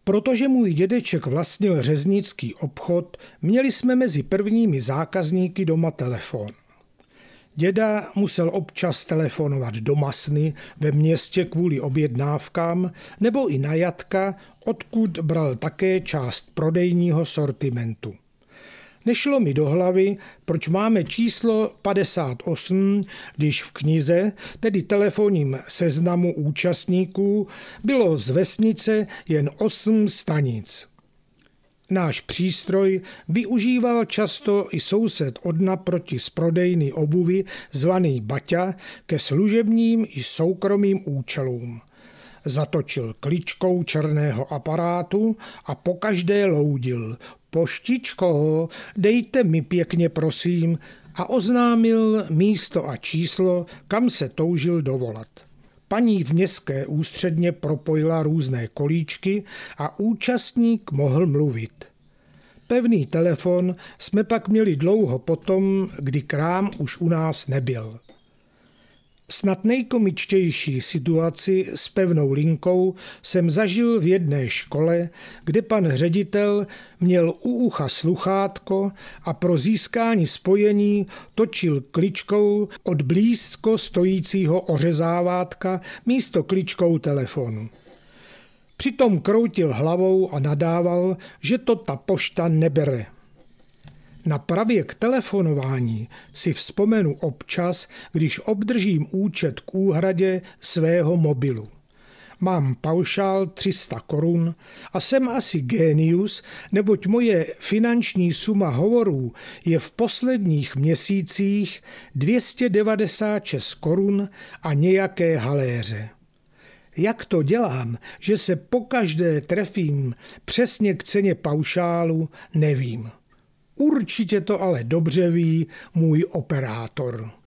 Protože můj dědeček vlastnil řeznický obchod, měli jsme mezi prvními zákazníky doma telefon. Děda musel občas telefonovat do Masny ve městě kvůli objednávkám nebo i na Jatka, odkud bral také část prodejního sortimentu. Nešlo mi do hlavy, proč máme číslo 58, když v knize, tedy telefonním seznamu účastníků, bylo z vesnice jen 8 stanic. Náš přístroj využíval často i soused od naproti z prodejny obuvy zvaný Baťa ke služebním i soukromým účelům. Zatočil kličkou černého aparátu a pokaždé loudil: "Poštičko, dejte mi pěkně prosím", a oznámil místo a číslo, kam se toužil dovolat. Paní v městské ústředně propojila různé kolíčky a účastník mohl mluvit. Pevný telefon jsme pak měli dlouho potom, kdy krám už u nás nebyl. Snad nejkomičtější situaci s pevnou linkou jsem zažil v jedné škole, kde pan ředitel měl u ucha sluchátko a pro získání spojení točil kličkou od blízko stojícího ořezávátka místo kličkou telefonu. Přitom kroutil hlavou a nadával, že to ta pošta nebere. Na pravěk telefonování si vzpomenu občas, když obdržím účet k úhradě svého mobilu. Mám paušál 300 korun a jsem asi génius, neboť moje finanční suma hovorů je v posledních měsících 296 korun a nějaké haléře. Jak to dělám, že se pokaždé trefím přesně k ceně paušálu, nevím. Určitě to ale dobře ví můj operátor.